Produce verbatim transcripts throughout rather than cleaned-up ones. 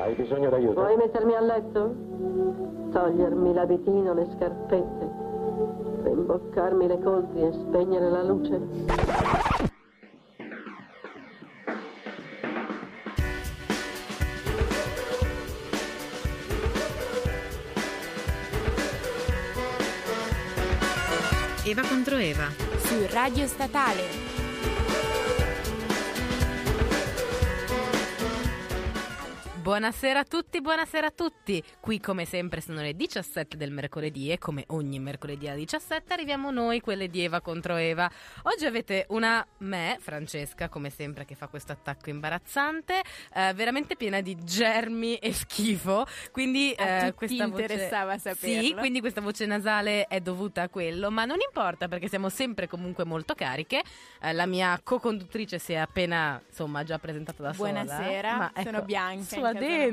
Hai bisogno d'aiuto? Vuoi mettermi a letto? Togliermi l'abitino, le scarpette, rimboccarmi le coltri e spegnere la luce? Eva contro Eva su Radio Statale. Buonasera a tutti, buonasera a tutti. Qui come sempre sono le diciassette del mercoledì e come ogni mercoledì alle diciassette arriviamo noi, quelle di Eva contro Eva. Oggi avete una me, Francesca, come sempre, che fa questo attacco imbarazzante, eh, veramente piena di germi e schifo, quindi a eh, questa interessava voce... saperlo. Sì, quindi questa voce nasale è dovuta a quello, ma non importa perché siamo sempre comunque molto cariche. Eh, la mia co-conduttrice si è appena, insomma, già presentata da sola. Buonasera, ma sono ecco, Bianca.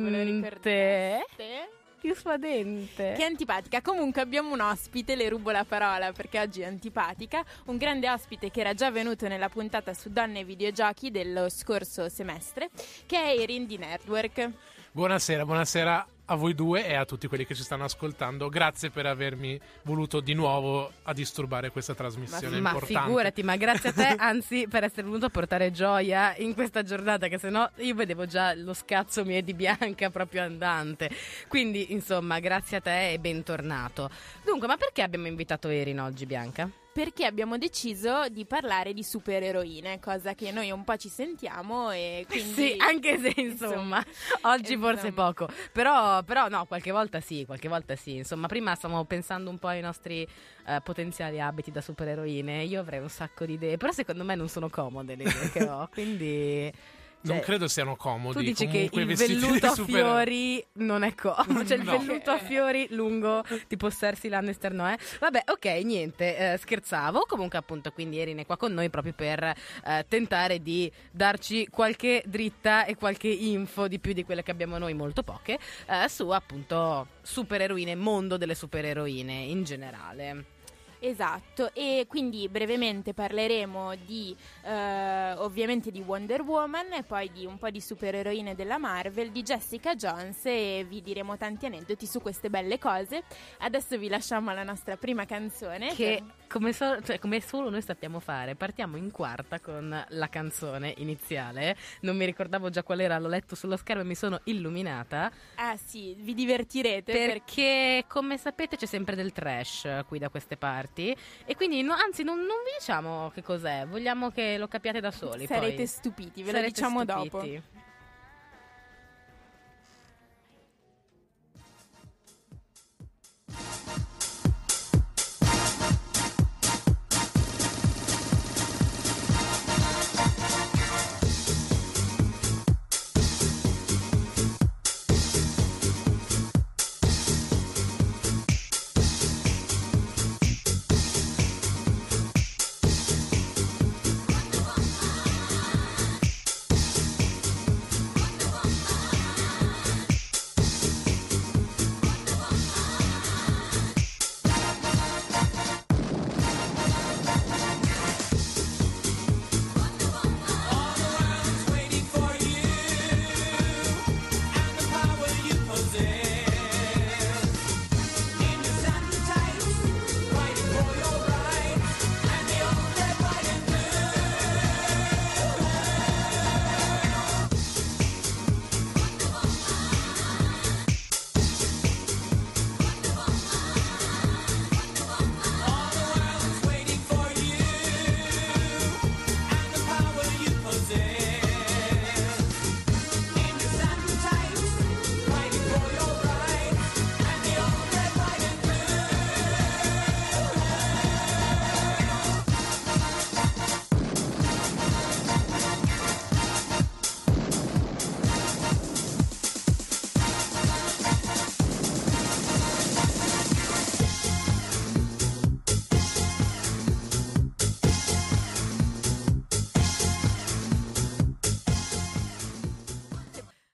Suadente, più suadente. Che antipatica. Comunque abbiamo un ospite, le rubo la parola perché oggi è antipatica. Un grande ospite che era già venuto nella puntata su donne e videogiochi dello scorso semestre, che è Erin di Nerdwork. Buonasera, buonasera a voi due e a tutti quelli che ci stanno ascoltando. Grazie per avermi voluto di nuovo a disturbare questa trasmissione ma, importante. Ma figurati, ma grazie a te, anzi, per essere venuto a portare gioia in questa giornata, che sennò io vedevo già lo scazzo mie di Bianca proprio andante. Quindi, insomma, grazie a te e bentornato. Dunque, ma perché abbiamo invitato Erin oggi, Bianca? Perché abbiamo deciso di parlare di supereroine, cosa che noi un po' ci sentiamo e quindi... Sì, anche se insomma, insomma oggi insomma. forse poco, però, però no, qualche volta sì, qualche volta sì. Insomma, prima stavamo pensando un po' ai nostri uh, potenziali abiti da supereroine. Io avrei un sacco di idee, però secondo me non sono comode le idee che ho, quindi... Non cioè, credo siano comodi. Tu dici comunque, che il velluto a fiori non è comodo, cioè no. Il velluto a fiori lungo tipo Cersei Lannister no, eh? Vabbè, ok, niente, eh, scherzavo. Comunque appunto quindi Erin è qua con noi proprio per eh, tentare di darci qualche dritta e qualche info di più di quelle che abbiamo noi, molto poche, eh, su appunto supereroine, mondo delle supereroine in generale. Esatto, e quindi brevemente parleremo di eh, ovviamente di Wonder Woman e poi di un po' di supereroine della Marvel, di Jessica Jones, e vi diremo tanti aneddoti su queste belle cose. Adesso vi lasciamo alla nostra prima canzone che per... come, so, cioè, come solo noi sappiamo fare. Partiamo in quarta con la canzone iniziale. Non mi ricordavo già qual era, l'ho letto sullo schermo e mi sono illuminata. Ah sì, vi divertirete perché per... come sapete c'è sempre del trash qui da queste parti. E quindi no, anzi non, non vi diciamo che cos'è, vogliamo che lo capiate da soli. Sarete poi. stupiti, ve Sarete lo diciamo stupiti. dopo.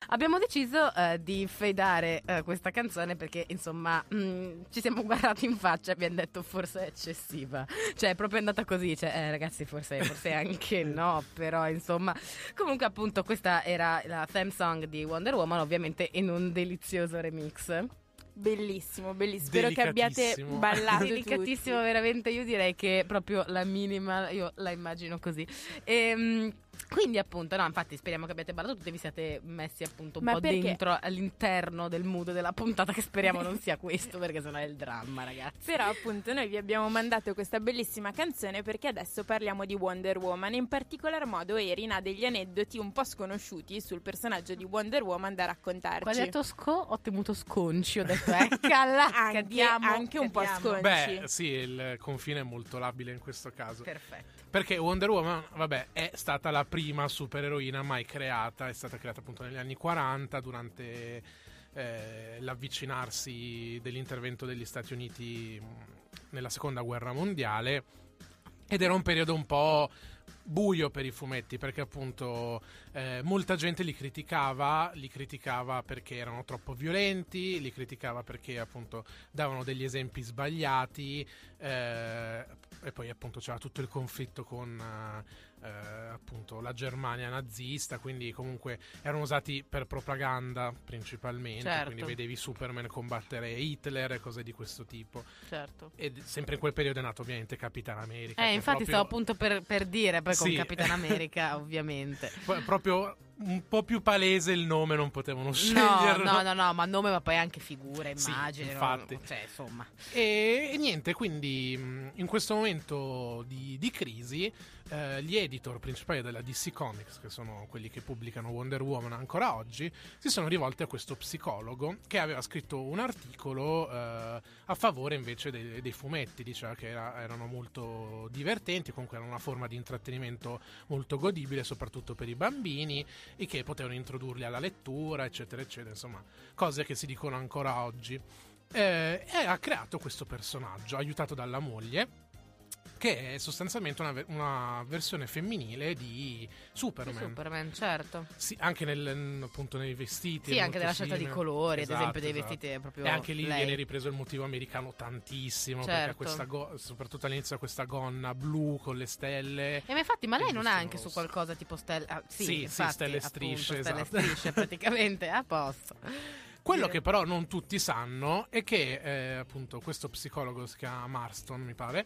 abbiamo deciso uh, di fadare uh, questa canzone perché insomma mh, ci siamo guardati in faccia e abbiamo detto forse è eccessiva, cioè è proprio andata così, cioè eh, ragazzi forse, forse anche no, però insomma comunque appunto questa era la theme song di Wonder Woman, ovviamente in un delizioso remix. Bellissimo, bellissimo. Spero che abbiate ballato delicatissimo tutti. Veramente, io direi che proprio la minima, io la immagino così. Ehm Quindi appunto, no, infatti speriamo che abbiate ballato tutti e vi siate messi appunto un Ma po' perché? dentro all'interno del mood della puntata, che speriamo non sia questo, perché sennò è il dramma, ragazzi. Però appunto noi vi abbiamo mandato questa bellissima canzone perché adesso parliamo di Wonder Woman e in particolar modo Erin ha degli aneddoti un po' sconosciuti sul personaggio di Wonder Woman da raccontarci. Quando ho detto sco, ho temuto sconci, ho detto eccala, anche, cadiamo, anche un po' cadiamo. sconci. Beh, sì, il confine è molto labile in questo caso. Perfetto. Perché Wonder Woman, vabbè, è stata la prima supereroina mai creata, è stata creata appunto negli anni quaranta durante eh, l'avvicinarsi dell'intervento degli Stati Uniti nella seconda guerra mondiale, ed era un periodo un po' buio per i fumetti, perché appunto eh, molta gente li criticava, li criticava perché erano troppo violenti, li criticava perché appunto davano degli esempi sbagliati, eh, e poi appunto c'era tutto il conflitto con eh, appunto la Germania nazista, quindi comunque erano usati per propaganda principalmente, certo. Quindi vedevi Superman combattere Hitler e cose di questo tipo. Certo. E sempre in quel periodo è nato ovviamente Capitan America. Eh, infatti proprio... stavo appunto per, per dire, poi con Sì. Capitan America ovviamente. Poi, proprio un po' più palese il nome, non potevano sceglierlo. No, no, no, no, ma nome, ma poi anche figura, Sì, immagine, infatti. no? Cioè, insomma. E, e niente, quindi mh, in questo momento di, di crisi eh, gli editor principali della D C Comics, che sono quelli che pubblicano Wonder Woman ancora oggi, si sono rivolti a questo psicologo che aveva scritto un articolo eh, a favore invece dei, dei fumetti. Diceva che era, erano molto divertenti, comunque era una forma di intrattenimento molto godibile, soprattutto per i bambini, e che potevano introdurli alla lettura, eccetera, eccetera, insomma, cose che si dicono ancora oggi. Eh, e ha creato questo personaggio, aiutato dalla moglie, che è sostanzialmente una, una versione femminile di Superman. Superman, certo. Sì, anche nel, appunto nei vestiti. Sì, è anche molto della scelta di simile. colori, Esatto, ad esempio, dei esatto. vestiti proprio. E anche lì lei. viene ripreso il motivo americano tantissimo, Certo. perché questa go- soprattutto all'inizio questa gonna blu con le stelle. E ma infatti, ma lei non ha giusto anche su rosso. qualcosa tipo stelle. Ah, sì, Sì, sì, infatti, stelle appunto, strisce, stelle esatto. strisce praticamente, a posto. Quello Dire- che però non tutti sanno è che eh, appunto questo psicologo, si chiama Marston mi pare,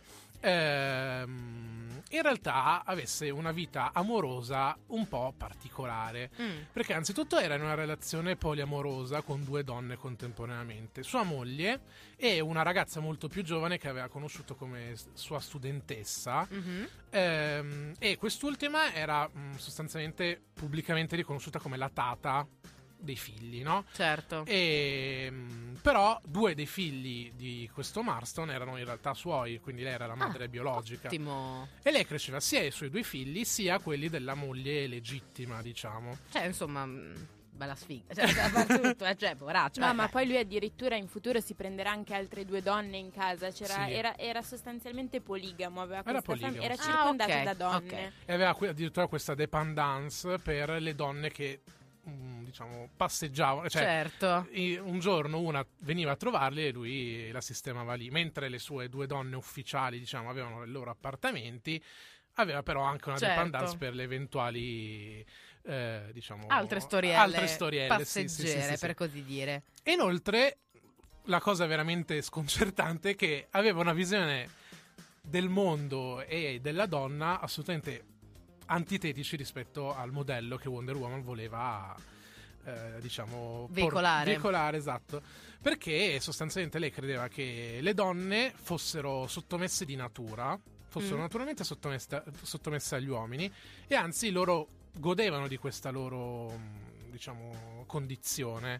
ehm, in realtà avesse una vita amorosa un po' particolare, Mm. perché anzitutto era in una relazione poliamorosa con due donne contemporaneamente, sua moglie e una ragazza molto più giovane che aveva conosciuto come s- sua studentessa. Mhm. Ehm, e quest'ultima era mh, sostanzialmente pubblicamente riconosciuta come la tata dei figli, no? Certo. E, mh, però due dei figli di questo Marston erano in realtà suoi, quindi lei era la madre Ah, biologica. Ottimo. E lei cresceva sia i suoi due figli sia quelli della moglie legittima, diciamo. Cioè, insomma, mh, bella sfiga. Cioè, a parte tutto, eh, cioè, poveraccio. No, eh, ma eh. poi lui addirittura in futuro si prenderà anche altre due donne in casa. C'era, Sì. era, era sostanzialmente poligamo, aveva Era questa fam- poligamo, era sì. circondato Ah, ok, da donne. ok. E aveva que- addirittura questa dépendance per le donne che, mh, diciamo, passeggiavano. Cioè, Certo. i- un giorno una veniva a trovarli e lui la sistemava lì, mentre le sue due donne ufficiali, diciamo, avevano i loro appartamenti. Aveva però anche una Certo. dépendance per le eventuali, eh, diciamo, Altre storielle, altre storielle, sì, passeggere, sì, sì, sì, sì. per così dire. E inoltre la cosa veramente sconcertante è che aveva una visione del mondo e della donna assolutamente antitetici rispetto al modello che Wonder Woman voleva, eh, diciamo, por- Veicolare. veicolare, esatto, perché sostanzialmente lei credeva che le donne fossero sottomesse di natura, fossero Mm. naturalmente sottomesse, sottomesse agli uomini, e anzi loro godevano di questa loro, mh, diciamo, condizione.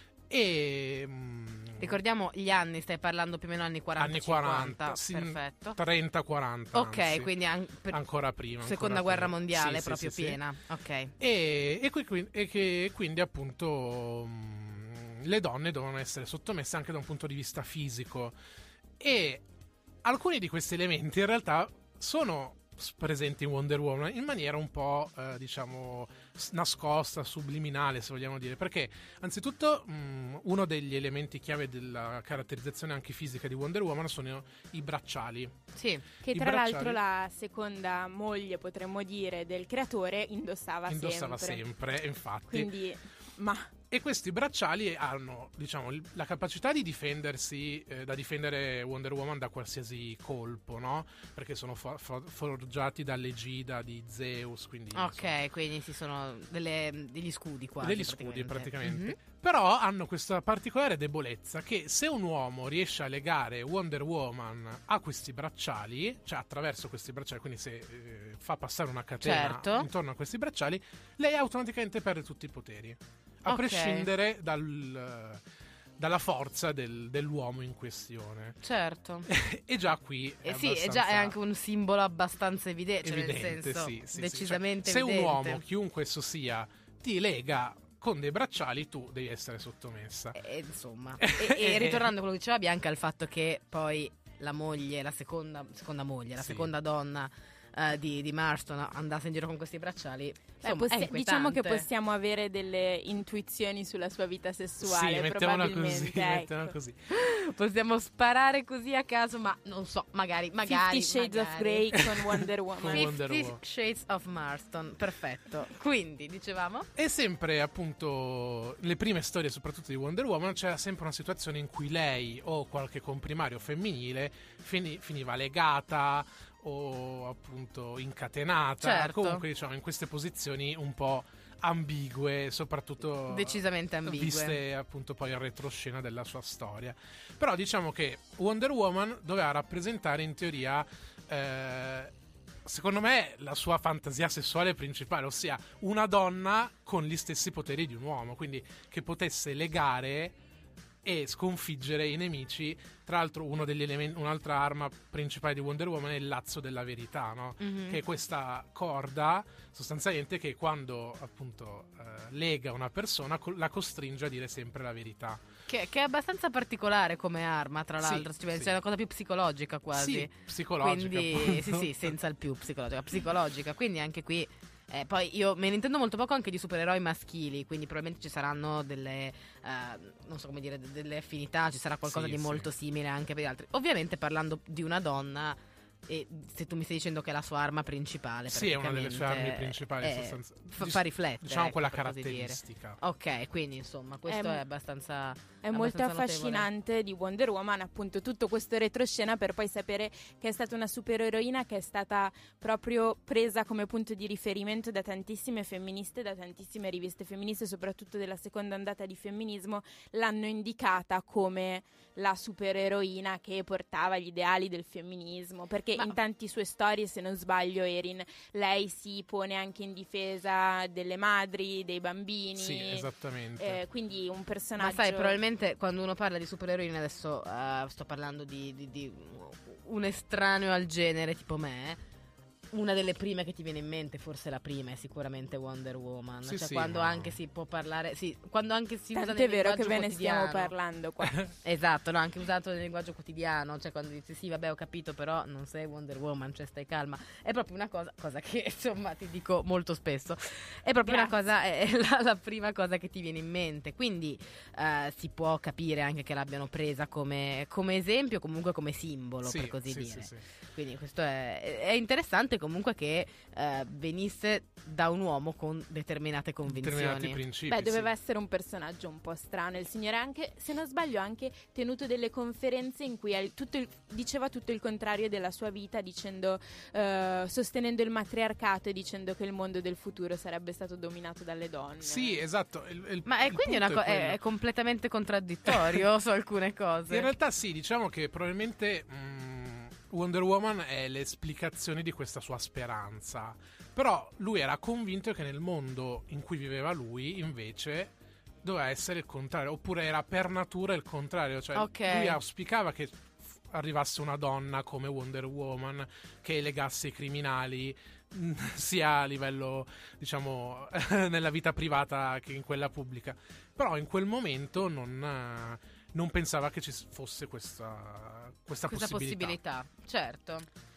E mh, Ricordiamo gli anni, stai parlando più o meno anni quaranta anni cinquanta. quaranta, sì, Perfetto. trenta quaranta, Ok, anzi. quindi an- per- ancora prima, seconda ancora guerra prima. mondiale, Sì, sì, proprio sì, sì. piena. Ok. E, e, qui- qui- e che quindi appunto mh, le donne dovevano essere sottomesse anche da un punto di vista fisico, e alcuni di questi elementi in realtà sono presenti in Wonder Woman in maniera un po' eh, diciamo nascosta, subliminale, se vogliamo dire, perché anzitutto mh, uno degli elementi chiave della caratterizzazione anche fisica di Wonder Woman sono i bracciali. Sì, che I tra bracciali, l'altro la seconda moglie, potremmo dire, del creatore indossava, indossava sempre. sempre, infatti. Quindi, ma E questi bracciali hanno, diciamo, il- la capacità di difendersi, eh, da difendere Wonder Woman da qualsiasi colpo, no? Perché sono fo- fo- forgiati dall'egida di Zeus, quindi ok, insomma, quindi ci sono delle- degli scudi quasi. degli scudi praticamente. Mhm. Però hanno questa particolare debolezza che se un uomo riesce a legare Wonder Woman a questi bracciali, cioè attraverso questi bracciali, quindi se eh, fa passare una catena Certo. intorno a questi bracciali, lei automaticamente perde tutti i poteri. A Ok. prescindere dal, dalla forza del- dell'uomo in questione. Certo. E già qui è Eh sì, è abbastanza già è anche un simbolo abbastanza evidente, cioè evidente, nel senso sì, sì, sì. decisamente Cioè, se evidente. un uomo, chiunque esso sia, ti lega con dei bracciali, tu devi essere sottomessa. E, insomma, e, e ritornando a quello che diceva Bianca, il fatto che poi la moglie, la seconda, seconda moglie, la Sì. seconda donna eh, di, di Marston andasse in giro con questi bracciali, Beh, insomma, possi- è diciamo che inquietante. possiamo avere delle intuizioni sulla sua vita sessuale, Sì, mettiamola probabilmente. così, ecco. mettiamola così. Possiamo sparare così a caso, ma non so, magari, magari Fifty Shades of magari. Grey con Wonder Woman. Con Wonder Fifty Woman. Shades of Marston, perfetto. Quindi, dicevamo? E sempre appunto le prime storie, soprattutto di Wonder Woman, c'era sempre una situazione in cui lei o qualche comprimario femminile fini- finiva legata o appunto incatenata, Certo. comunque diciamo in queste posizioni un po' ambigue, soprattutto Decisamente ambigue. viste appunto poi in retroscena della sua storia. Però diciamo che Wonder Woman doveva rappresentare in teoria eh, secondo me la sua fantasia sessuale principale, ossia una donna con gli stessi poteri di un uomo, quindi che potesse legare e sconfiggere i nemici. Tra l'altro uno degli elementi, un'altra arma principale di Wonder Woman è il lazzo della verità, no? Mhm. Che è questa corda sostanzialmente che quando appunto eh, lega una persona co- la costringe a dire sempre la verità. Che, che è abbastanza particolare come arma, tra Sì, l'altro. Cioè, sì. c'è una cosa più psicologica quasi. Sì, psicologica. Quindi, appunto. sì, sì, senza il più psicologica, psicologica. Quindi anche qui. Eh, poi io me ne intendo molto poco anche di supereroi maschili, quindi probabilmente ci saranno delle, eh, non so come dire, de- delle affinità, ci sarà qualcosa Sì, di sì. molto simile anche per gli altri. Ovviamente parlando di una donna, e se tu mi stai dicendo che è la sua arma principale, Sì, è una delle sue armi praticamente, principali. eh, sostanza- fa, dis- fa riflettere. Diciamo ecco, quella per così dire. caratteristica. Ok, quindi insomma, questo È- è, abbastanza. È molto abbastanza affascinante di Wonder Woman, appunto, tutto questo retroscena per poi sapere che è stata una supereroina che è stata proprio presa come punto di riferimento da tantissime femministe, da tantissime riviste femministe, soprattutto della seconda ondata di femminismo, l'hanno indicata come la supereroina che portava gli ideali del femminismo, perché Ma- in tante sue storie, se non sbaglio, Erin, lei si pone anche in difesa delle madri, dei bambini. Sì, esattamente. Eh, quindi un personaggio. Ma sai, probabilmente quando uno parla di supereroine, adesso eh, sto parlando di, di- di un estraneo al genere tipo me, una delle prime che ti viene in mente, forse la prima, è sicuramente Wonder Woman. Sì, cioè sì, quando ma- anche si può parlare, sì, quando anche si usa Tanto nel è vero che linguaggio ve ne stiamo quotidiano. parlando qua. Esatto, no, anche usato nel linguaggio quotidiano, cioè quando dici sì, vabbè, ho capito, però non sei Wonder Woman, cioè stai calma. È proprio una cosa, cosa che insomma ti dico molto spesso. È proprio una Grazie. cosa, è la, la prima cosa che ti viene in mente. Quindi eh, si può capire anche che l'abbiano presa come, come esempio, comunque come simbolo, Sì, per così sì, dire. sì, sì. Quindi questo è, è interessante comunque che eh, venisse da un uomo con determinate Determinati convinzioni. principi. Beh, doveva sì. essere un personaggio un po' strano. Il signore anche, se non sbaglio, ha anche tenuto delle conferenze in cui ha tutto il- diceva tutto il contrario della sua vita, dicendo, eh, sostenendo il matriarcato e dicendo che il mondo del futuro sarebbe stato dominato dalle donne. Sì, esatto. il- il- Ma è il quindi una punto co- è è, quello. è completamente contraddittorio su alcune cose. In realtà sì, diciamo che probabilmente mh, Wonder Woman è l'esplicazione di questa sua speranza. Però lui era convinto che nel mondo in cui viveva lui, invece, doveva essere il contrario. Oppure era per natura il contrario. Cioè, Ok. lui auspicava che f- arrivasse una donna come Wonder Woman che legasse i criminali mh, sia a livello, diciamo, nella vita privata che in quella pubblica. Però in quel momento non... eh, non pensava che ci fosse questa, questa, Questa possibilità. possibilità, certo.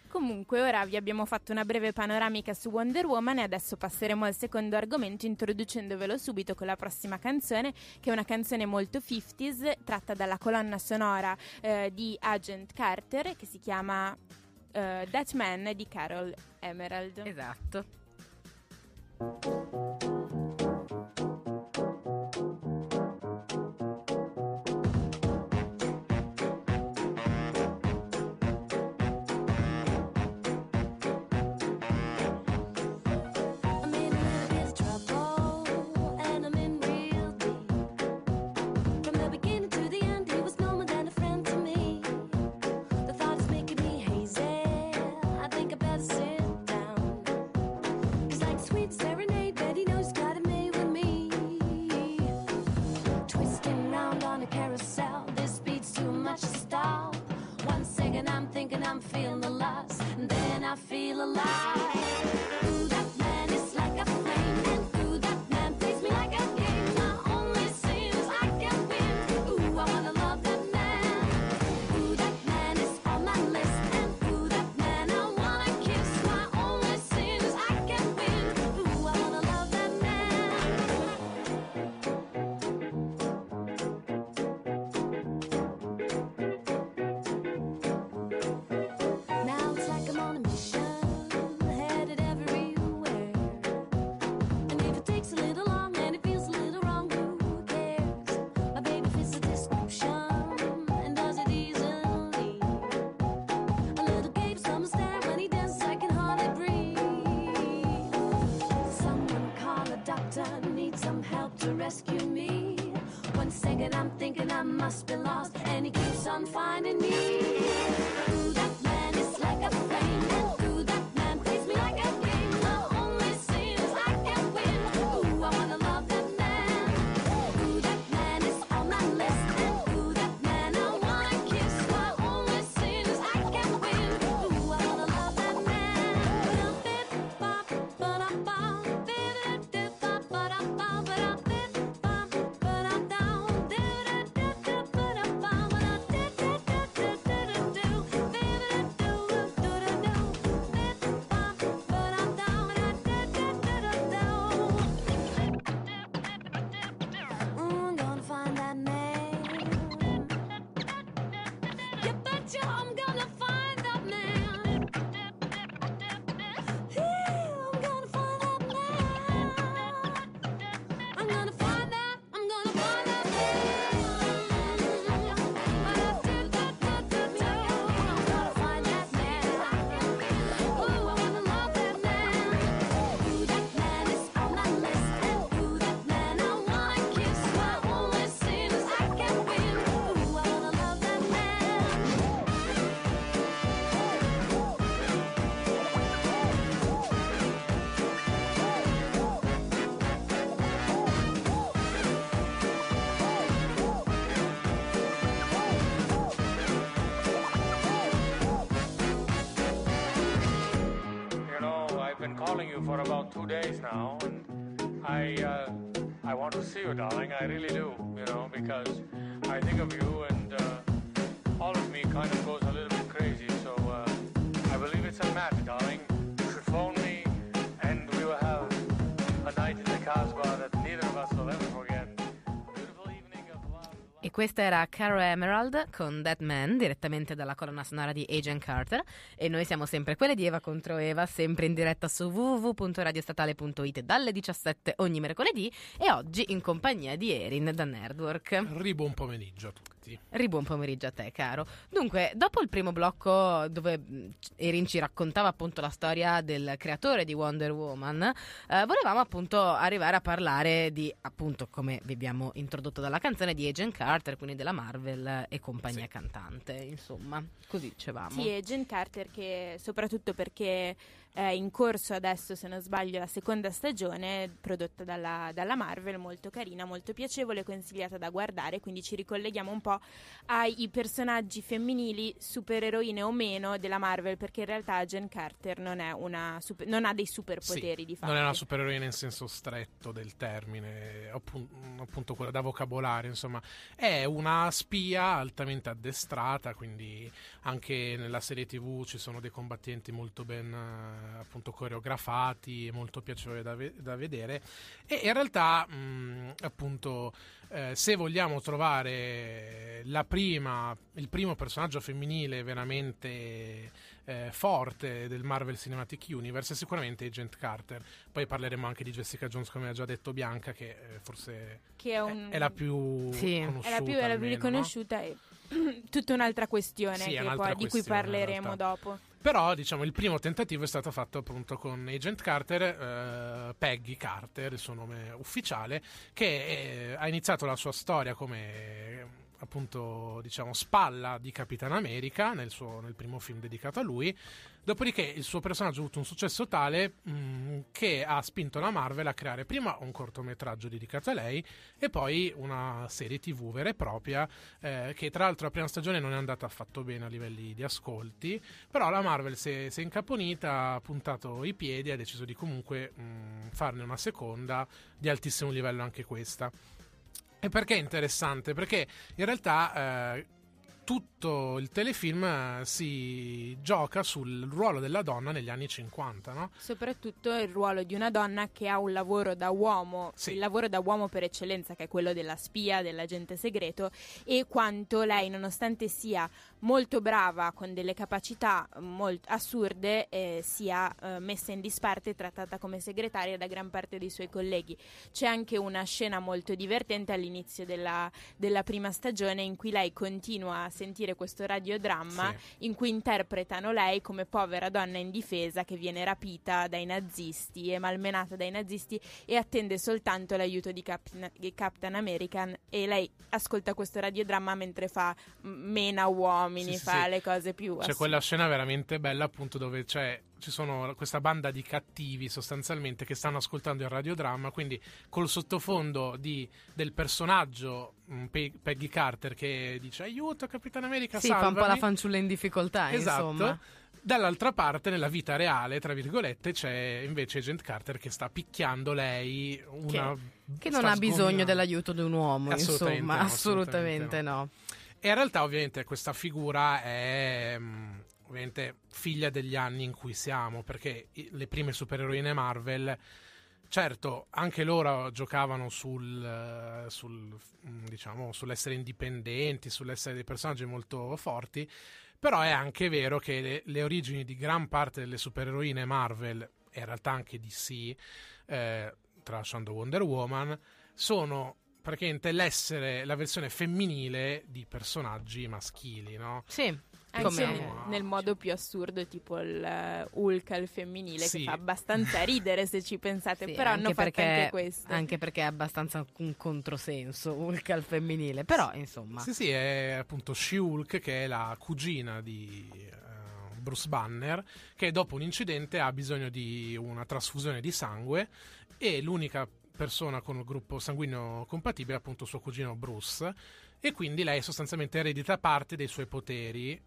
Comunque ora vi abbiamo fatto una breve panoramica su Wonder Woman e adesso passeremo al secondo argomento introducendovelo subito con la prossima canzone, che è una canzone molto cinquanta tratta dalla colonna sonora eh, di Agent Carter, che si chiama eh, That Man di Carol Emerald. Esatto. For about two days now, and I uh, I want to see you, darling. I really do, you know, because I think of you, and uh, all of me kind of goes a little bit crazy. So uh, I believe it's a match, darling. You should phone me, and we will have a night in the Casbah that neither of us will ever forget. Beautiful evening of love. E questa era Carol Emerald con That Man, direttamente dalla colonna sonora di Agent Carter, e noi siamo sempre quelle di Eva contro Eva, sempre in diretta su w w w punto radiostatale punto i t dalle diciassette ogni mercoledì, e oggi in compagnia di Erin da Nerdwork. Ribuon pomeriggio a tutti. Ribuon pomeriggio a te, caro. Dunque, dopo il primo blocco dove Erin ci raccontava appunto la storia del creatore di Wonder Woman, eh, volevamo appunto arrivare a parlare di, appunto, come vi abbiamo introdotto dalla canzone, di Agent Carter, quindi della Marvel e compagnia sì. cantante, insomma, così dicevamo. Sì, Agent Carter, che soprattutto perché È in corso adesso, se non sbaglio, la seconda stagione prodotta dalla, dalla Marvel, molto carina, molto piacevole, consigliata da guardare, quindi ci ricolleghiamo un po' ai personaggi femminili, supereroine o meno, della Marvel, perché in realtà Agent Carter non è una super, non ha dei superpoteri, sì, di fatto. Non è una supereroina in senso stretto del termine, appunto, appunto quella da vocabolario, insomma. È una spia altamente addestrata, quindi anche nella serie tivù ci sono dei combattenti molto ben appunto coreografati, molto piacevoli da, ve- da vedere, e in realtà mh, appunto eh, se vogliamo trovare la prima il primo personaggio femminile veramente eh, forte del Marvel Cinematic Universe è sicuramente Agent Carter. Poi parleremo anche di Jessica Jones, come ha già detto Bianca, che eh, forse che è, un... è, è la più sì. conosciuta, è la più, è la più almeno, riconosciuta, no? e tutta un'altra questione, Sì, che un'altra poi, di cui questione, parleremo dopo. Però diciamo il primo tentativo è stato fatto appunto con Agent Carter, eh, Peggy Carter, il suo nome ufficiale, che eh, ha iniziato la sua storia come appunto diciamo spalla di Capitan America nel, suo, nel primo film dedicato a lui. Dopodiché il suo personaggio ha avuto un successo tale mh, che ha spinto la Marvel a creare prima un cortometraggio dedicato a lei e poi una serie tivù vera e propria, eh, che tra l'altro la prima stagione non è andata affatto bene a livelli di ascolti, però la Marvel si è, si è incaponita, ha puntato i piedi e ha deciso di comunque mh, farne una seconda di altissimo livello anche questa. E perché è interessante? Perché in realtà eh, tutto il telefilm eh, si gioca sul ruolo della donna negli anni cinquanta, no? Soprattutto il ruolo di una donna che ha un lavoro da uomo, sì. il lavoro da uomo per eccellenza, che è quello della spia, dell'agente segreto, e quanto lei, nonostante sia molto brava, con delle capacità molto assurde, eh, sia eh, messa in disparte e trattata come segretaria da gran parte dei suoi colleghi. C'è anche una scena molto divertente all'inizio della, della prima stagione in cui lei continua a sentire questo radiodramma, sì, in cui interpretano lei come povera donna indifesa che viene rapita dai nazisti e malmenata dai nazisti e attende soltanto l'aiuto di, Cap- di Captain American, e lei ascolta questo radiodramma mentre fa mena uomini, sì, fa sì. le cose più c'è assurde. Quella scena veramente bella appunto dove c'è ci sono questa banda di cattivi sostanzialmente che stanno ascoltando il radiodramma, quindi col sottofondo di, del personaggio mh, Pe- Peggy Carter che dice aiuto Capitan America, sì, salvami. fa un po' la fanciulla in difficoltà, esatto. Insomma. Dall'altra parte, nella vita reale, tra virgolette, c'è invece Agent Carter che sta picchiando lei, una che, che non ha bisogno dell'aiuto di un uomo, assolutamente insomma, no, assolutamente, assolutamente no. no. E in realtà ovviamente questa figura è mh, ovviamente figlia degli anni in cui siamo, perché i, le prime supereroine Marvel, certo, anche loro giocavano sul, sul diciamo sull'essere indipendenti, sull'essere dei personaggi molto forti, però è anche vero che le, le origini di gran parte delle supereroine Marvel, e in realtà anche D C, eh, tralasciando Wonder Woman, sono praticamente l'essere la versione femminile di personaggi maschili, no? Sì. Anche nel, nel modo più assurdo, tipo il uh, Hulk al femminile, sì, che fa abbastanza ridere se ci pensate, sì, però hanno fatto perché, anche questo. Anche perché è abbastanza un controsenso Hulk al femminile, però insomma. Sì, sì, è appunto She-Hulk, che è la cugina di uh, Bruce Banner, che dopo un incidente ha bisogno di una trasfusione di sangue e l'unica persona con il gruppo sanguigno compatibile è appunto suo cugino Bruce, e quindi lei sostanzialmente eredita parte dei suoi poteri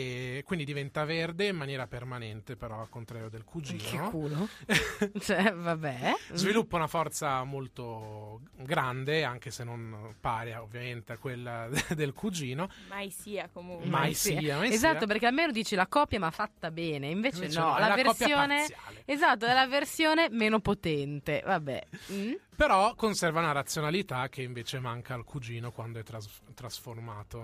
e quindi diventa verde in maniera permanente, però al contrario del cugino. Che culo. Cioè, vabbè. Sviluppa una forza molto grande, anche se non pari ovviamente a quella del cugino. Mai sia comunque. Mai, mai sia, sia. mai esatto, sia. perché almeno dici la coppia ma fatta bene, invece, invece no, no, la, la versione parziale. esatto, è la versione meno potente, vabbè. Mm? Però conserva una razionalità che invece manca al cugino quando è tras- trasformato.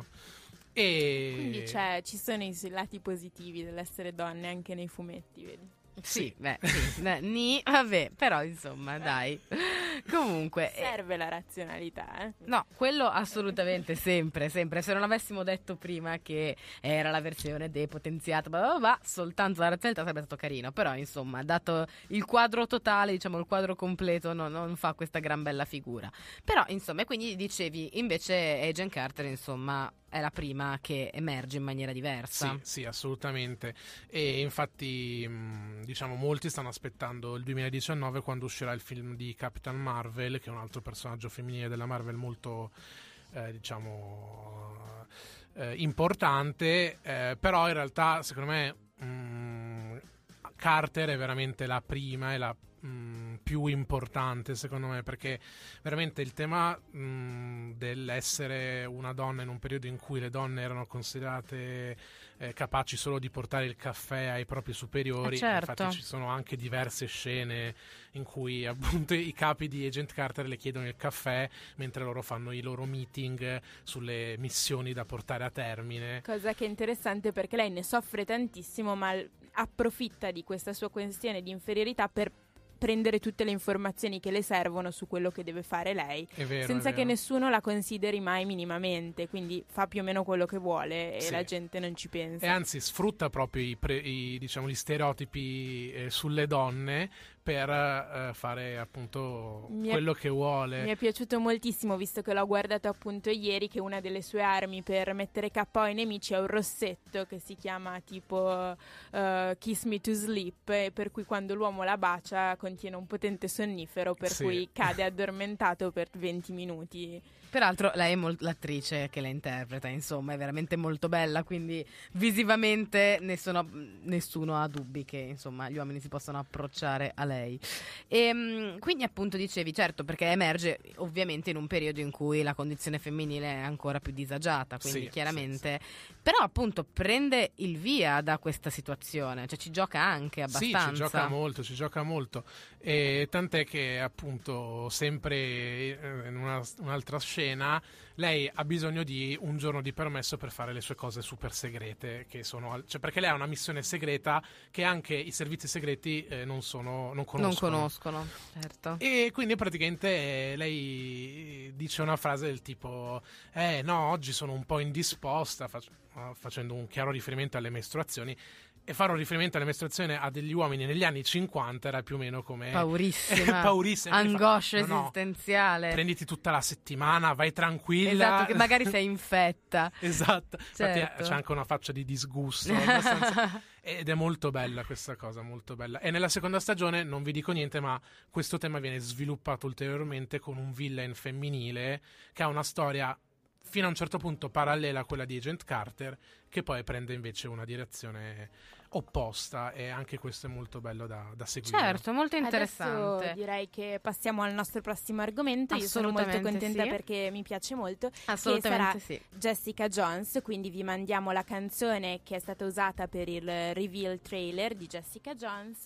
E quindi c'è, ci sono i lati positivi dell'essere donne anche nei fumetti, vedi? Sì, beh, sì, beh, ni, vabbè, però insomma, dai. Comunque serve la razionalità, eh? No, quello assolutamente, sempre, sempre. Se non avessimo detto prima che era la versione depotenziata, blah, blah, blah, soltanto la razionalità sarebbe stato carino. Però, insomma, dato il quadro totale, diciamo il quadro completo, no, non fa questa gran bella figura. Però, insomma, e quindi dicevi, invece Agent Carter, insomma, è la prima che emerge in maniera diversa. Sì, sì, assolutamente. E infatti, mh, diciamo, molti stanno aspettando il duemiladiciannove, quando uscirà il film di Capitan Marvel, che è un altro personaggio femminile della Marvel molto, eh, diciamo, eh, importante, eh, però in realtà, secondo me, mh, Carter è veramente la prima e la mh, più importante, secondo me, perché veramente il tema mh, dell'essere una donna in un periodo in cui le donne erano considerate eh, capaci solo di portare il caffè ai propri superiori, eh certo. infatti ci sono anche diverse scene in cui appunto i capi di Agent Carter le chiedono il caffè mentre loro fanno i loro meeting sulle missioni da portare a termine. Cosa che è interessante, perché lei ne soffre tantissimo, ma approfitta di questa sua questione di inferiorità per prendere tutte le informazioni che le servono su quello che deve fare lei, È vero, senza è che vero. nessuno la consideri mai minimamente, quindi fa più o meno quello che vuole e Sì. la gente non ci pensa. E anzi sfrutta proprio i, pre- i, diciamo, gli stereotipi eh, sulle donne per eh, fare appunto Mi è- quello che vuole. Mi è piaciuto moltissimo, visto che l'ho guardato appunto ieri, che una delle sue armi per mettere K O ai nemici è un rossetto che si chiama tipo uh, Kiss Me to Sleep, e per cui quando l'uomo la bacia contiene un potente sonnifero, per Sì. cui cade addormentato per venti minuti. Peraltro lei è molt- l'attrice che la interpreta, insomma, è veramente molto bella, quindi visivamente nessuno, nessuno ha dubbi che insomma gli uomini si possano approcciare a lei. E mh, quindi appunto dicevi, certo, perché emerge ovviamente in un periodo in cui la condizione femminile è ancora più disagiata, quindi Sì, chiaramente, però appunto prende il via da questa situazione, cioè ci gioca anche abbastanza. Sì, ci gioca molto, ci gioca molto. E tant'è che appunto sempre eh, in una, un'altra scena lei ha bisogno di un giorno di permesso per fare le sue cose super segrete, che sono al- cioè perché lei ha una missione segreta che anche i servizi segreti eh, non sono non conoscono. Non conoscono, certo. E quindi praticamente eh, lei dice una frase del tipo eh no, oggi sono un po' indisposta, fac- facendo un chiaro riferimento alle mestruazioni. E fare un riferimento alle mestruazioni a degli uomini negli anni cinquanta era più o meno come Paurissima, paurissima. angoscia Fa, no, no, esistenziale. prenditi tutta la settimana, vai tranquilla. Esatto, che magari sei infetta. Esatto, Certo. infatti c'è anche una faccia di disgusto abbastanza. Ed è molto bella questa cosa, molto bella. E nella seconda stagione, non vi dico niente, ma questo tema viene sviluppato ulteriormente con un villain femminile che ha una storia fino a un certo punto parallela a quella di Agent Carter, che poi prende invece una direzione opposta, e anche questo è molto bello da, da seguire. Certo, molto interessante. Adesso direi che passiamo al nostro prossimo argomento. Io sono molto Assolutamente contenta sì. perché mi piace molto. Assolutamente che sarà sì. Jessica Jones, quindi vi mandiamo la canzone che è stata usata per il reveal trailer di Jessica Jones.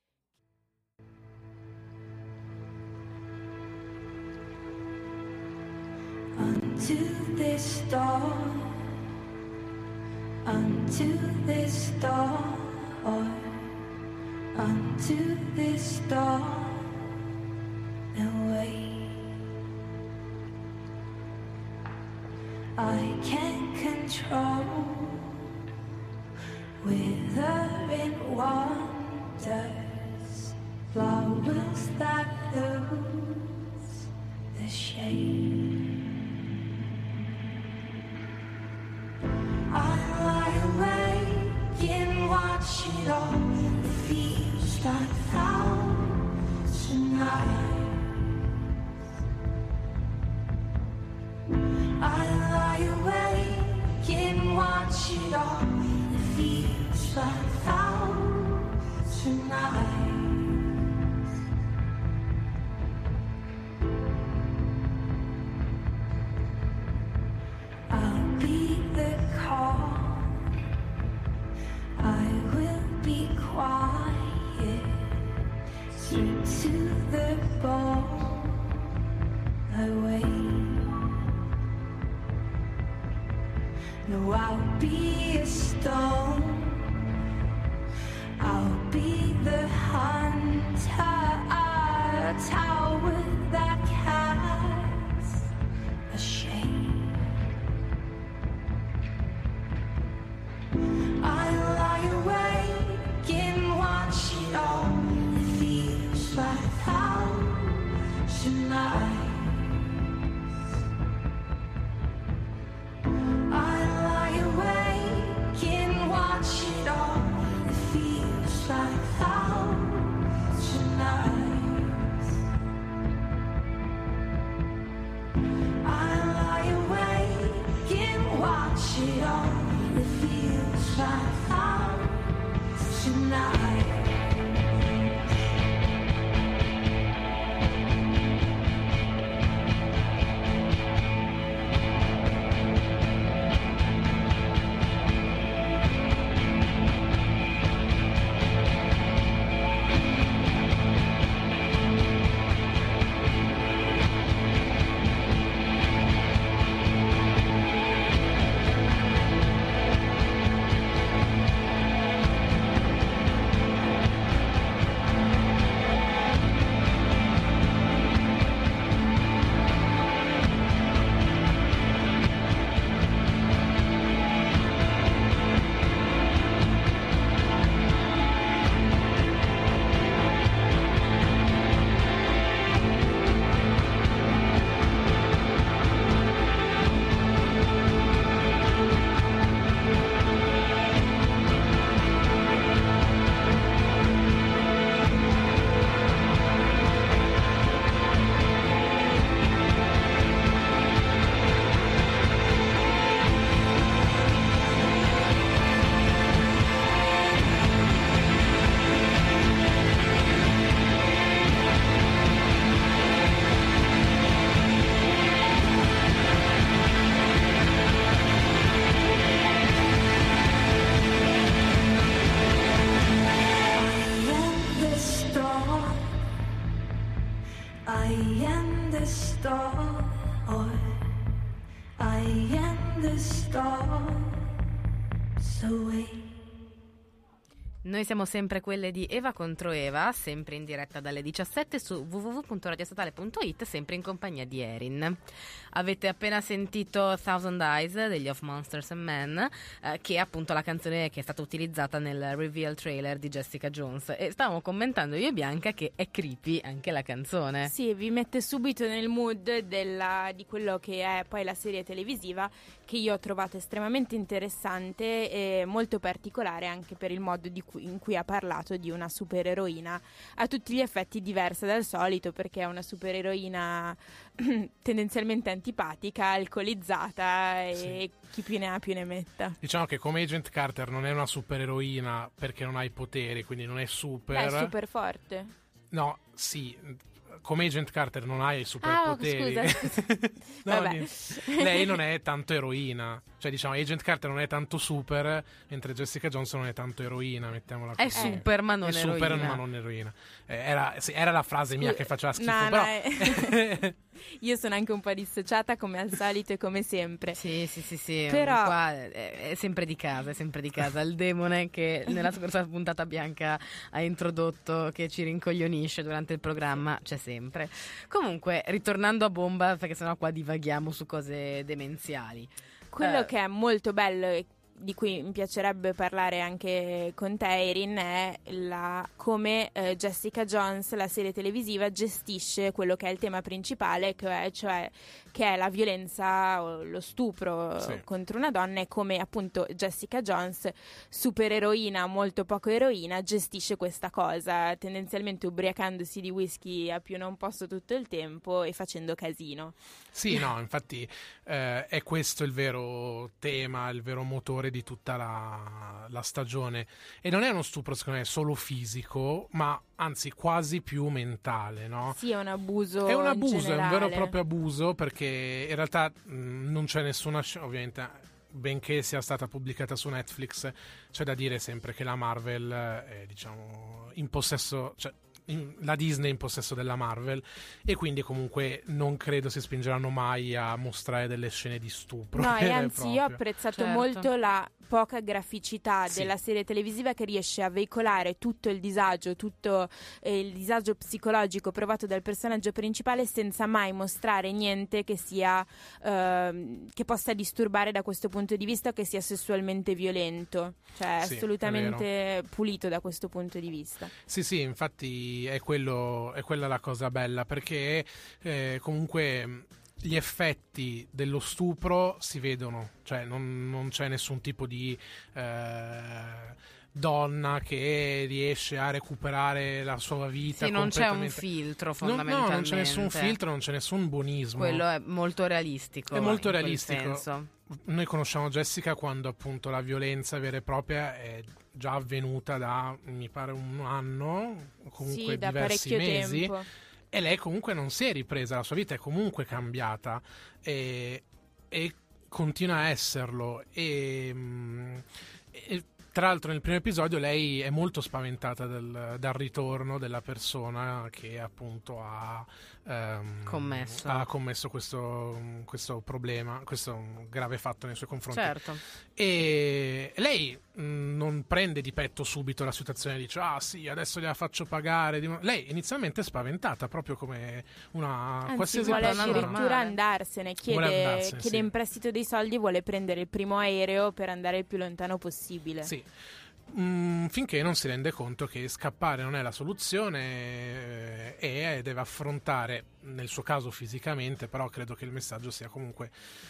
Unto this dawn, unto this dawn, unto this dawn, away. I can't control withering wonders, flowers that lose the shade. I lie awake and watch it all. It feels like thousand nights. I lie awake and watch it all. It feels like thousand nights. I'll be the calm. I will be quiet, sweet to the bone. I wait. No, I'll be a stone. I'll be the hunter, a tower that casts a shade. I lie awake and watch it all. It feels like thousand nights. I tonight. I am the star, I am the star, so wait. Noi siamo sempre quelle di Eva contro Eva, sempre in diretta dalle diciassette su w w w punto radiostatale punto i t, sempre in compagnia di Erin. Avete appena sentito Thousand Eyes degli Of Monsters and Men, eh, che è appunto la canzone che è stata utilizzata nel reveal trailer di Jessica Jones, e stavamo commentando io e Bianca che è creepy anche la canzone. Sì, vi mette subito nel mood della, di quello che è poi la serie televisiva, che io ho trovato estremamente interessante e molto particolare anche per il modo di cui in cui ha parlato di una supereroina a tutti gli effetti diversa dal solito, perché è una supereroina tendenzialmente antipatica, alcolizzata e sì, chi più ne ha più ne metta. Diciamo che come Agent Carter non è una supereroina perché non ha i poteri, quindi non è super. Beh, è super forte. No, sì, come Agent Carter non ha i superpoteri. Ah, scusa, scusa. No, Vabbè. lei non è tanto eroina. Cioè, diciamo, Agent Carter non è tanto super, mentre Jessica Jones non è tanto eroina, mettiamola così. È super, ma non è eroina. super, ma non eroina. Eh, era, sì, era la frase mia Scusa, che faceva schifo, no, però... no, eh. Io sono anche un po' dissociata come al solito e come sempre. Sì, sì, sì, sì. Però qua è, è sempre di casa, è sempre di casa. Il demone che nella scorsa puntata Bianca ha introdotto, che ci rincoglionisce durante il programma, c'è sempre. Comunque, ritornando a bomba, perché sennò qua divaghiamo su cose demenziali. Quello Eh, che è molto bello e di cui mi piacerebbe parlare anche con te, Erin, è la, come eh, Jessica Jones, la serie televisiva, gestisce quello che è il tema principale, che è, cioè che è la violenza o lo stupro Sì. contro una donna, e come appunto Jessica Jones, supereroina, molto poco eroina, gestisce questa cosa, tendenzialmente ubriacandosi di whisky a più non posso tutto il tempo e facendo casino. Sì, no, infatti eh, è questo il vero tema, il vero motore di tutta la, la stagione. E non è uno stupro, secondo me, solo fisico, ma anzi quasi più mentale, no? Sì, è un abuso. È un abuso, in è un vero e generale. proprio abuso, perché in realtà mh, non c'è nessuna scena, ovviamente, benché sia stata pubblicata su Netflix, c'è da dire sempre che la Marvel è, diciamo, in possesso, cioè in- la Disney è in possesso della Marvel, e quindi comunque non credo si spingeranno mai a mostrare delle scene di stupro. No, e vere e anzi, io ho proprie. apprezzato Certo. molto la poca graficità Sì. della serie televisiva, che riesce a veicolare tutto il disagio, tutto eh, il disagio psicologico provato dal personaggio principale, senza mai mostrare niente che sia ehm, che possa disturbare da questo punto di vista, o che sia sessualmente violento. Cioè, è Sì, è assolutamente pulito da questo punto di vista. Sì, sì, infatti è, quello, è quella la cosa bella, perché eh, comunque gli effetti dello stupro si vedono, cioè non, non c'è nessun tipo di, eh, donna che riesce a recuperare la sua vita. Sì, non c'è un completamente. filtro No, fondamentalmente. no, non c'è nessun filtro, non c'è nessun buonismo. Quello è molto realistico. È molto in quel realistico. senso. Noi conosciamo Jessica quando appunto la violenza vera e propria è già avvenuta da, mi pare, un anno, comunque sì, da diversi parecchio mesi. tempo. E lei comunque non si è ripresa, la sua vita è comunque cambiata e, e continua a esserlo. E, mm, e tra l'altro nel primo episodio lei è molto spaventata del, dal ritorno della persona che appunto ha ehm, Commesso. ha commesso questo, questo problema, questo grave fatto nei suoi confronti. Certo. E lei mh, non prende di petto subito la situazione e dice ah sì, adesso gliela faccio pagare. Lei inizialmente è spaventata, proprio come una Anzi, qualsiasi vuole persona addirittura normale. andarsene, chiede, Vuole andarsene, chiede sì. in prestito dei soldi, vuole prendere il primo aereo per andare il più lontano possibile. Sì. Mm, finché non si rende conto che scappare non è la soluzione eh, e deve affrontare, nel suo caso fisicamente, però credo che il messaggio sia comunque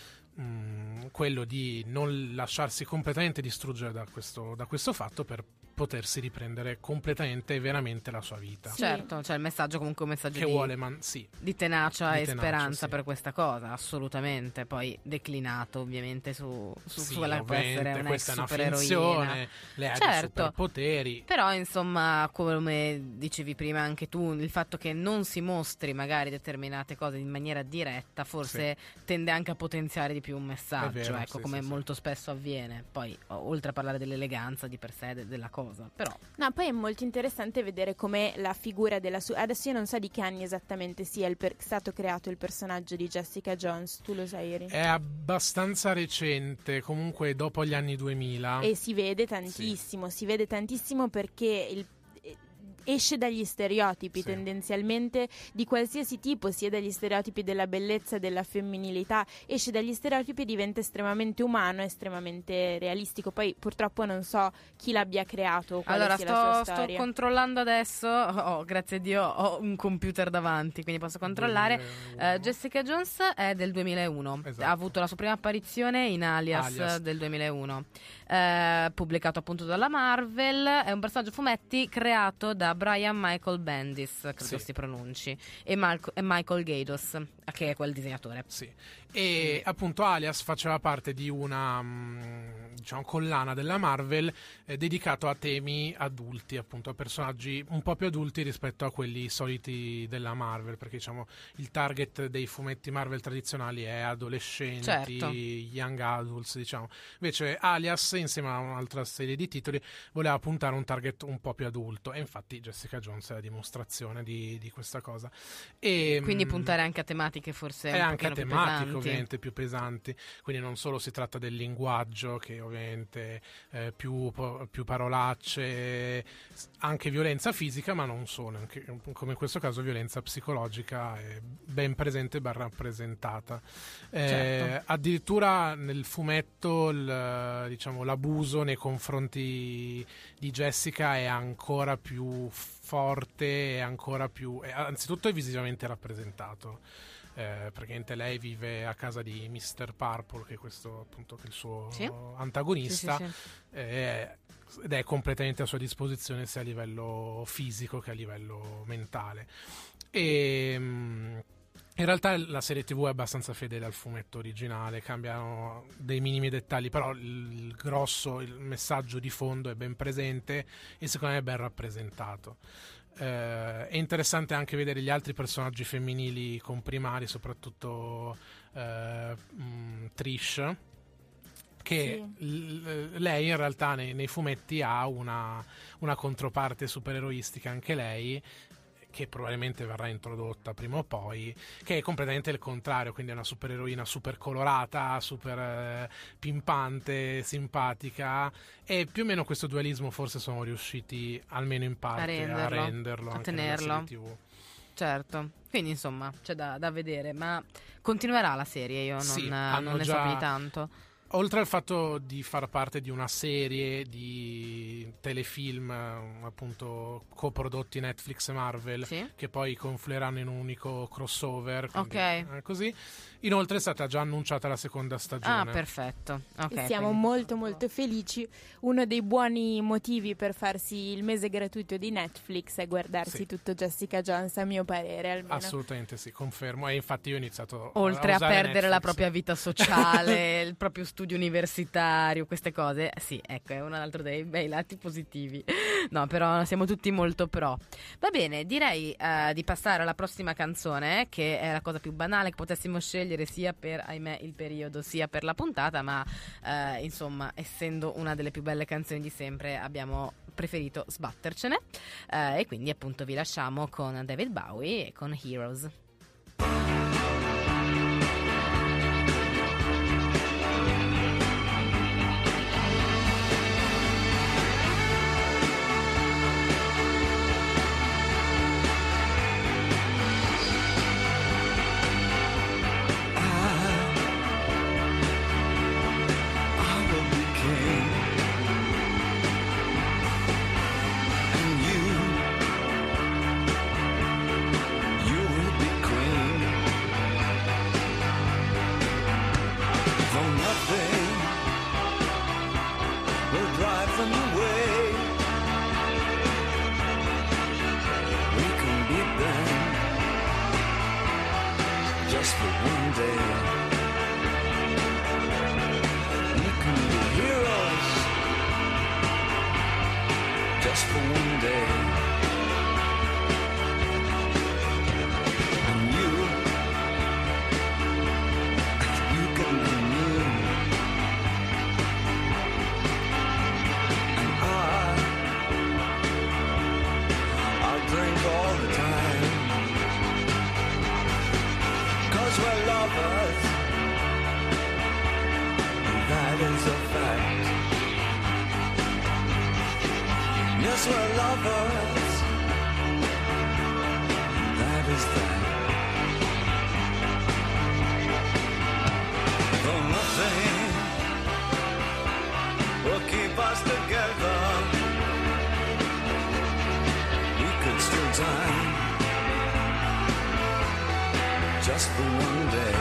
mm, quello di non lasciarsi completamente distruggere da questo, da questo fatto per potersi riprendere completamente e veramente la sua vita. Sì. Certo, cioè il messaggio comunque un messaggio Che di, vuole, man- sì. di tenacia Di e tenacia, speranza sì. per questa cosa, assolutamente. Poi declinato ovviamente su, su, Sì, su quella che può essere ovviamente, una questa è una supereroina. finzione, lei ha dei Certo. superpoteri. Però insomma, come dicevi prima anche tu, il fatto che non si mostri magari determinate cose in maniera diretta forse tende anche a potenziare di più un messaggio, È vero, ecco, sì, come sì, sì. molto spesso avviene. Poi o- oltre a parlare dell'eleganza di per sé de- della cosa, però No, poi è molto interessante vedere come la figura della sua... Adesso io non so di che anni esattamente sia il per- stato creato il personaggio di Jessica Jones, tu lo sai, Eri? È abbastanza recente, comunque dopo gli anni duemila. E si vede tantissimo, si vede tantissimo perché il esce dagli stereotipi Sì. tendenzialmente di qualsiasi tipo, sia dagli stereotipi della bellezza, della femminilità, esce dagli stereotipi e diventa estremamente umano, estremamente realistico. Poi purtroppo non so chi l'abbia creato, quale allora sia sto, la sua sto storia. controllando adesso, oh, grazie a Dio ho un computer davanti, quindi posso controllare. duemilauno. Eh, Jessica Jones è del duemilauno, Esatto. ha avuto la sua prima apparizione in Alias, Alias. del duemilauno, eh, pubblicato appunto dalla Marvel. È un personaggio fumetti creato da Brian Michael Bendis, credo Sì. si pronunci, e, Malco- e Michael Gaydos, che è quel disegnatore. Sì. E appunto Alias faceva parte di una mh, diciamo collana della Marvel eh, dedicato a temi adulti, appunto a personaggi un po' più adulti rispetto a quelli soliti della Marvel, perché diciamo il target dei fumetti Marvel tradizionali è adolescenti, Certo. young adults, diciamo. Invece Alias, insieme a un'altra serie di titoli, voleva puntare a un target un po' più adulto, e infatti Jessica Jones è la dimostrazione di, di questa cosa. E, Quindi mh, puntare anche a tematiche forse è un anche pochino più tematico, pesanti. ovviamente più pesanti, quindi non solo si tratta del linguaggio, che ovviamente eh, più, po- più parolacce, s- anche violenza fisica, ma non solo, anche, come in questo caso violenza psicologica è ben presente e ben rappresentata. Eh, Certo. Addirittura nel fumetto il, diciamo, l'abuso nei confronti di Jessica è ancora più forte, è ancora più, è, anzitutto è visivamente rappresentato. Eh, praticamente lei vive a casa di mister Purple, che è questo appunto che è il suo Sì. antagonista, Sì, sì, sì. eh, ed è completamente a sua disposizione sia a livello fisico che a livello mentale. E mh, in realtà la serie tivù è abbastanza fedele al fumetto originale, cambiano dei minimi dettagli, però il, il grosso, il messaggio di fondo è ben presente e secondo me è ben rappresentato. Eh, è interessante anche vedere gli altri personaggi femminili comprimari, soprattutto eh, mh, Trish, che Sì. l- lei in realtà nei, nei fumetti ha una, una controparte supereroistica anche lei, che probabilmente verrà introdotta prima o poi, che è completamente il contrario, quindi è una supereroina super colorata, super eh, pimpante, simpatica, e più o meno questo dualismo forse sono riusciti almeno in parte A renderlo, a renderlo a anche nella tenerlo. serie tivù. Certo, quindi insomma c'è da, da vedere, ma continuerà la serie, io non, Sì, eh, hanno non ne so già- più di tanto. oltre al fatto di far parte di una serie di telefilm appunto coprodotti Netflix e Marvel, sì, che poi confluiranno in un unico crossover, quindi, ok, eh, così. Inoltre è stata già annunciata la seconda stagione. ah, perfetto, ok, E siamo quindi- molto molto felici. Uno dei buoni motivi per farsi il mese gratuito di Netflix è guardarsi Sì. tutto Jessica Jones, a mio parere almeno. Assolutamente sì, confermo. E infatti io ho iniziato oltre a, usare perdere la Netflix. propria vita sociale, il proprio studio universitario, queste cose, sì, ecco, è un altro dei bei lati positivi. No, però siamo tutti molto pro. Va bene, direi eh, di passare alla prossima canzone, che è la cosa più banale che potessimo scegliere sia per, ahimè, il periodo sia per la puntata, ma eh, insomma, essendo una delle più belle canzoni di sempre, abbiamo preferito sbattercene, eh, e quindi appunto vi lasciamo con David Bowie e con Heroes. Just for one day, we can be heroes. Just for one day, and you, you can be me, and I, I'll drink all the time. 'Cause we're lovers, and that is a fact. Yes, we're lovers, and that is that. Though nothing will keep us together, we could still die. Just for one day,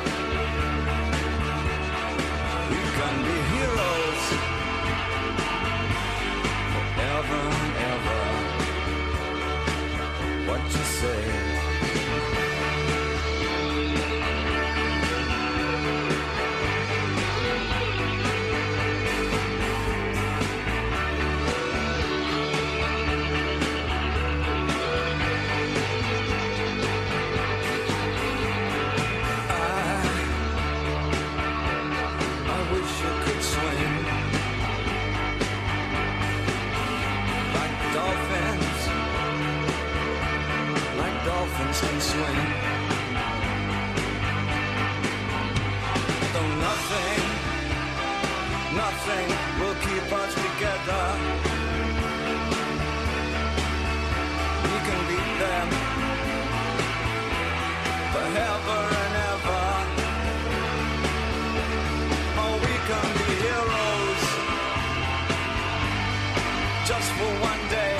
we can be heroes forever and ever. What you say? Can swim. Though nothing, nothing will keep us together. We can beat them forever and ever. Oh, we can be heroes just for one day.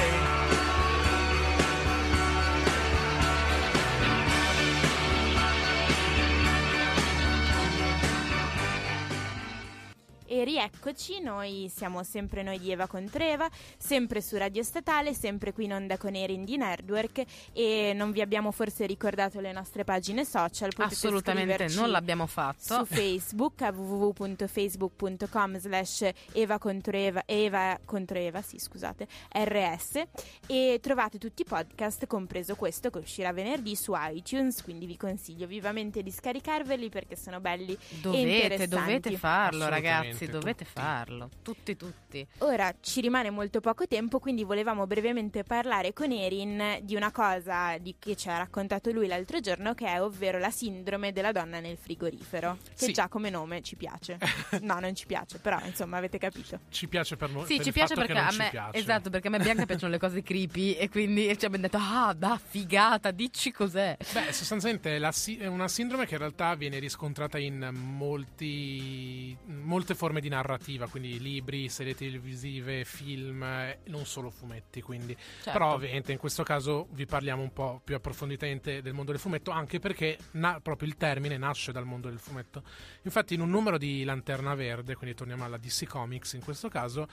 E rieccoci, noi siamo sempre noi di Eva contro Eva, sempre su Radio Statale, sempre qui in onda con Erin di Nerdwork, e non vi abbiamo forse ricordato le nostre pagine social. Potete Assolutamente scriverci non l'abbiamo fatto su Facebook a w w w punto facebook punto com slash Eva contro Eva, Eva contro Eva, sì scusate, R S, e trovate tutti i podcast, compreso questo che uscirà venerdì su iTunes, quindi vi consiglio vivamente di scaricarveli perché sono belli e dovete, interessanti. dovete farlo ragazzi, dovete tutti. farlo, tutti tutti. Ora ci rimane molto poco tempo, quindi volevamo brevemente parlare con Erin di una cosa di che ci ha raccontato lui l'altro giorno, che è ovvero la sindrome della donna nel frigorifero, che Sì. già come nome ci piace. No, non ci piace, però insomma avete capito. Ci piace per noi. Sì, per ci il piace fatto perché che non a ci me piace. esatto, perché a me e Bianca piacciono le cose creepy e quindi ci abbiamo detto "Ah, da figata, dici cos'è". Beh, sostanzialmente la si- è una sindrome che in realtà viene riscontrata in molti, molte forme di narrativa, quindi libri, serie televisive, film, eh, non solo fumetti, quindi. Certo. Però ovviamente in questo caso vi parliamo un po' più approfonditamente del mondo del fumetto, anche perché na- proprio il termine nasce dal mondo del fumetto. Infatti in un numero di Lanterna Verde, quindi torniamo alla D C Comics in questo caso,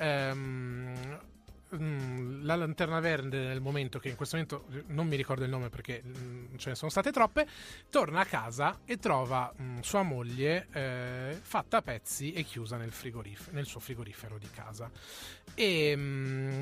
ehm, mm, la Lanterna Verde, nel momento che in questo momento non mi ricordo il nome perché mm, ce ne sono state troppe, torna a casa e trova mm, sua moglie eh, fatta a pezzi e chiusa nel, frigorif- nel suo frigorifero di casa. E mm,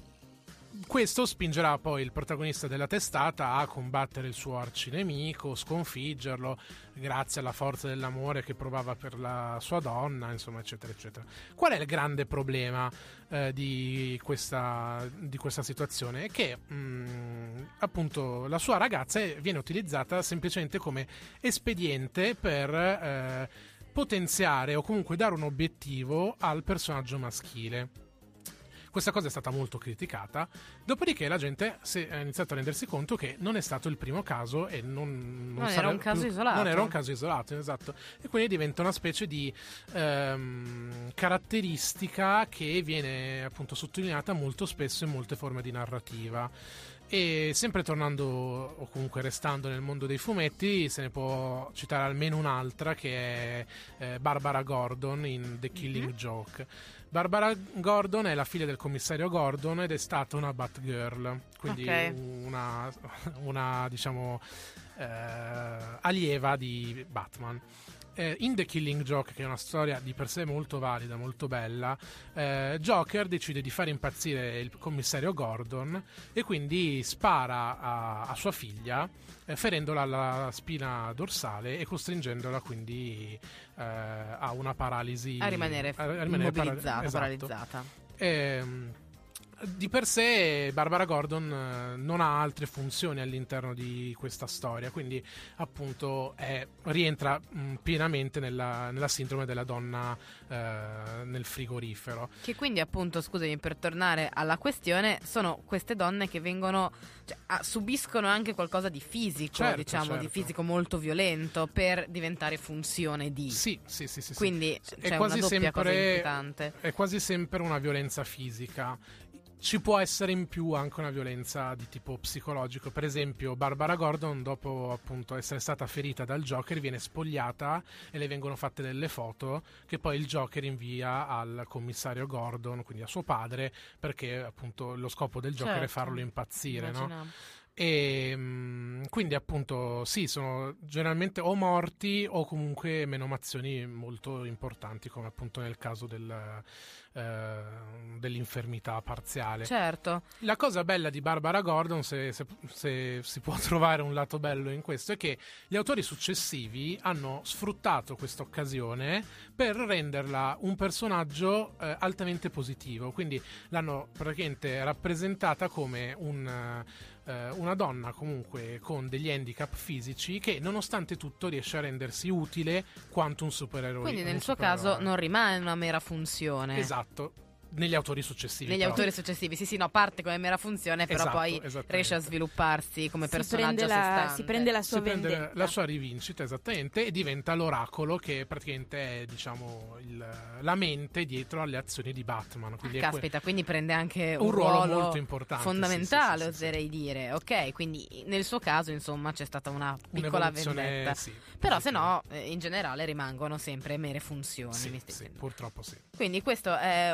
questo spingerà poi il protagonista della testata a combattere il suo arcinemico, sconfiggerlo grazie alla forza dell'amore che provava per la sua donna, insomma, eccetera, eccetera. Qual è il grande problema eh, di, questa, di questa situazione? È che mh, appunto la sua ragazza viene utilizzata semplicemente come espediente per eh, potenziare o comunque dare un obiettivo al personaggio maschile. Questa cosa è stata molto criticata, dopodiché la gente si è iniziato a rendersi conto che non è stato il primo caso e non, non, Non era sarà un caso più- isolato. Non era un caso isolato, esatto. E quindi diventa una specie di ehm, caratteristica che viene appunto sottolineata molto spesso in molte forme di narrativa. E sempre tornando o comunque restando nel mondo dei fumetti, se ne può citare almeno un'altra, che è eh, Barbara Gordon in The Killing Mm-hmm. Joke. Barbara Gordon è la figlia del commissario Gordon ed è stata una Batgirl, quindi Ok. una, una diciamo eh, allieva di Batman. Eh, in The Killing Joke, che è una storia di per sé molto valida, molto bella, eh, Joker decide di fare impazzire il commissario Gordon e quindi spara a, a sua figlia, eh, ferendola alla spina dorsale e costringendola quindi eh, a una paralisi, A rimanere, a rimanere immobilizzata, para- esatto. paralizzata. Ehm, di per sé Barbara Gordon eh, non ha altre funzioni all'interno di questa storia, quindi appunto è, rientra mh, pienamente nella, nella sindrome della donna eh, nel frigorifero. Che quindi appunto, scusami, per tornare alla questione, sono queste donne che vengono, cioè, ah, subiscono anche qualcosa di fisico, Certo, diciamo, certo. di fisico molto violento per diventare funzione di. Sì, sì, sì, sì, sì. Quindi È c'è quasi una doppia cosa sempre- inquietante. È quasi sempre una violenza fisica. Ci può essere in più anche una violenza di tipo psicologico. Per esempio, Barbara Gordon, dopo appunto essere stata ferita dal Joker, viene spogliata e le vengono fatte delle foto che poi il Joker invia al commissario Gordon, quindi a suo padre, perché appunto lo scopo del Joker è Certo. farlo impazzire, no? Immaginavo. E mh, quindi appunto sì, sono generalmente o morti o comunque menomazioni molto importanti, come appunto nel caso del, eh, dell'infermità parziale. Certo. La cosa bella di Barbara Gordon, se, se- se si può trovare un lato bello in questo, è che gli autori successivi hanno sfruttato questa occasione per renderla un personaggio eh, altamente positivo, quindi l'hanno praticamente rappresentata come un... eh, una donna comunque con degli handicap fisici che nonostante tutto riesce a rendersi utile quanto un supereroe. Quindi un nel suo supereroe. caso non rimane una mera funzione. Esatto, negli autori successivi. Negli però. autori successivi, sì, sì, no, parte come mera funzione, però Esatto, poi esattamente. riesce a svilupparsi come Si personaggio prende, a sé la, stante. si prende la sua Si prende vendetta. la sua rivincita, esattamente, e diventa l'oracolo che praticamente è, diciamo, il- la mente dietro alle azioni di Batman. Quindi è que- Caspita, quindi prende anche un un, ruolo molto importante, fondamentale, sì, sì, sì, sì, oserei dire. Ok, quindi nel suo caso, insomma, c'è stata una piccola un'evoluzione, vendetta. sì, Però se positiva. no, eh, in generale rimangono sempre mere funzioni. Sì, mi stai sì, dicendo. purtroppo sì. Quindi questo è un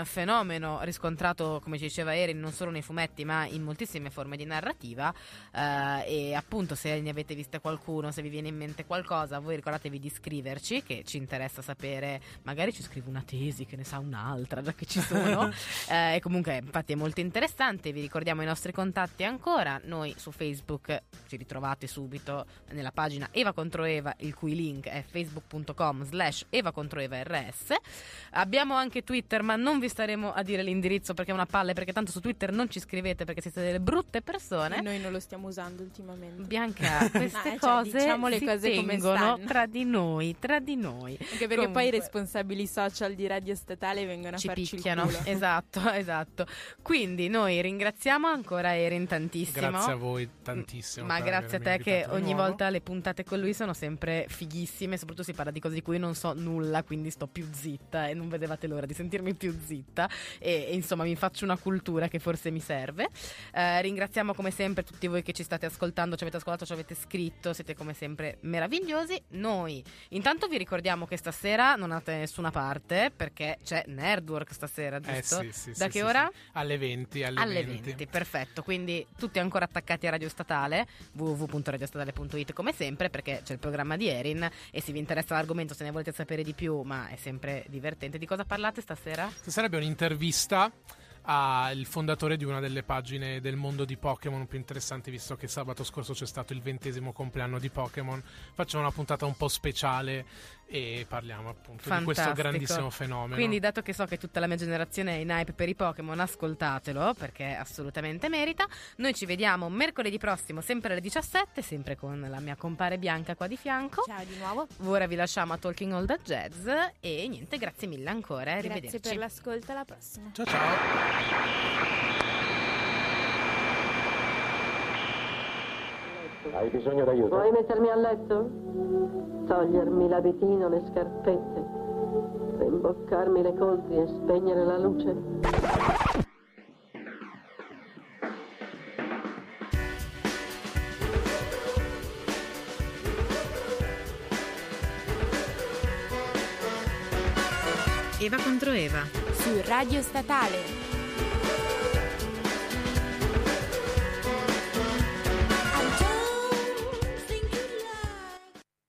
fenomeno riscontrato, come ci diceva Erin, non solo nei fumetti ma in moltissime forme di narrativa, eh, e appunto se ne avete viste qualcuno, se vi viene in mente qualcosa, voi ricordatevi di scriverci, che ci interessa sapere, magari ci scrivo una tesi, che ne sa un'altra, già che ci sono. eh, e comunque infatti è molto interessante. Vi ricordiamo i nostri contatti ancora, noi su Facebook ci ritrovate subito nella pagina Eva contro Eva, il cui link è facebook punto com slash Eva contro Eva R S. Abbiamo anche Twitter, ma non vi staremo a dire l'indirizzo perché è una palle, perché tanto su Twitter non ci scrivete perché siete delle brutte persone. Noi non lo stiamo usando ultimamente. Bianca, queste eh, cioè, cose diciamo le si cose come tengono stanno. tra di noi, tra di noi. Anche perché Comunque, poi i responsabili social di Radio Statale vengono ci a farci picchiano. il culo. Esatto, esatto. Quindi noi ringraziamo ancora Erin tantissimo. Grazie a voi tantissimo. Ma per grazie a te avermi che invitato di ogni nuovo. volta le puntate con lui sono sempre fighissime, soprattutto si parla di cose di cui non so nulla, quindi sto più zitta e non vedevate l'ora di sentirmi più zitta e, e insomma mi faccio una cultura che forse mi serve. Eh, ringraziamo come sempre tutti voi che ci state ascoltando, ci avete ascoltato, ci avete scritto, siete come sempre meravigliosi. Noi intanto vi ricordiamo che stasera non andate da nessuna parte perché c'è Nerdwork stasera, giusto? Eh, sì, sì, da sì, che sì, ora? sì. Alle venti. Alle, Alle venti. venti, perfetto. Quindi tutti ancora attaccati a Radio Statale, w w w punto radio statale punto it come sempre, perché c'è il programma di Erin e se vi interessa l'argomento, se ne volete sapere di più, ma è sempre divertente. Di cosa parlate stasera? Stasera abbiamo un'intervista al fondatore di una delle pagine del mondo di Pokémon più interessanti, visto che sabato scorso c'è stato il ventesimo compleanno di Pokémon. Facciamo una puntata un po' speciale e parliamo appunto Fantastico. di questo grandissimo fenomeno. Quindi, dato che so che tutta la mia generazione è in hype per i Pokémon, ascoltatelo perché assolutamente merita. Noi ci vediamo mercoledì prossimo sempre alle diciassette, sempre con la mia compare Bianca qua di fianco. Ciao di nuovo. Ora vi lasciamo a Talking All That Jazz e niente, grazie mille ancora, arrivederci. Grazie per l'ascolto, alla prossima. Ciao ciao. Hai bisogno d'aiuto? Vuoi mettermi a letto? Togliermi l'abitino, le scarpette, rimboccarmi le coltri e spegnere la luce? Eva contro Eva Su Radio Statale.